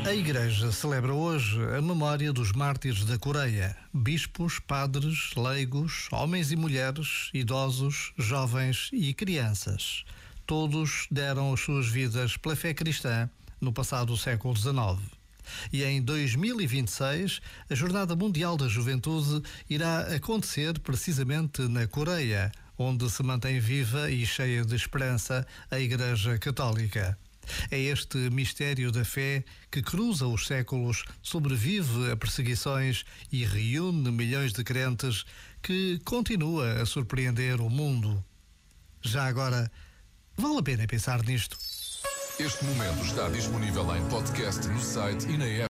A Igreja celebra hoje a memória dos mártires da Coreia. Bispos, padres, leigos, homens e mulheres, idosos, jovens e crianças. Todos deram as suas vidas pela fé cristã no passado século XIX. E em 2026, a Jornada Mundial da Juventude irá acontecer precisamente na Coreia, onde se mantém viva e cheia de esperança a Igreja Católica. É este mistério da fé que cruza os séculos, sobrevive a perseguições e reúne milhões de crentes que continua a surpreender o mundo. Já agora, vale a pena pensar nisto. Este momento está disponível em podcast no site e na app.